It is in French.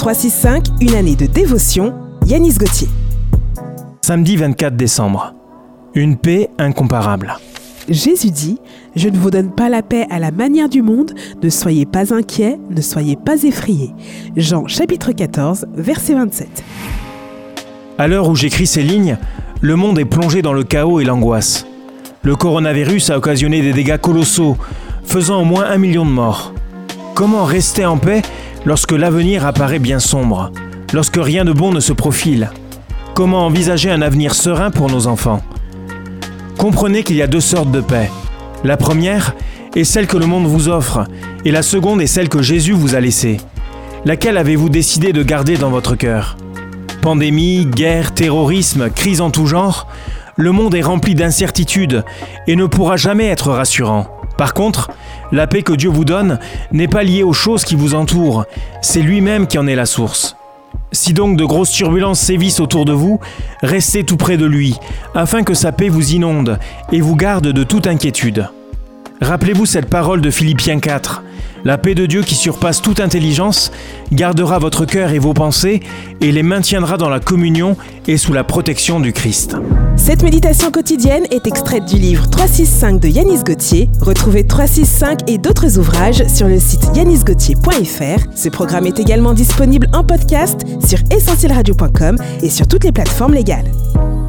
365, une année de dévotion, Yanis Gauthier. Samedi 24 décembre. Une paix incomparable. Jésus dit « Je ne vous donne pas la paix à la manière du monde, ne soyez pas inquiets, ne soyez pas effrayés. » Jean chapitre 14, verset 27. À l'heure où j'écris ces lignes, le monde est plongé dans le chaos et l'angoisse. Le coronavirus a occasionné des dégâts colossaux, faisant au moins 1 million de morts. Comment rester en paix lorsque l'avenir apparaît bien sombre, lorsque rien de bon ne se profile? Comment envisager un avenir serein pour nos enfants? Comprenez qu'il y a 2 sortes de paix. La première est celle que le monde vous offre, et la seconde est celle que Jésus vous a laissée. Laquelle avez-vous décidé de garder dans votre cœur? Pandémie, guerre, terrorisme, crise en tout genre, le monde est rempli d'incertitudes et ne pourra jamais être rassurant. Par contre, la paix que Dieu vous donne n'est pas liée aux choses qui vous entourent, c'est lui-même qui en est la source. Si donc de grosses turbulences sévissent autour de vous, restez tout près de lui, afin que sa paix vous inonde et vous garde de toute inquiétude. Rappelez-vous cette parole de Philippiens 4. La paix de Dieu qui surpasse toute intelligence gardera votre cœur et vos pensées et les maintiendra dans la communion et sous la protection du Christ. Cette méditation quotidienne est extraite du livre 365 de Yanis Gauthier. Retrouvez 365 et d'autres ouvrages sur le site yanisgauthier.fr. Ce programme est également disponible en podcast sur essentielradio.com et sur toutes les plateformes légales.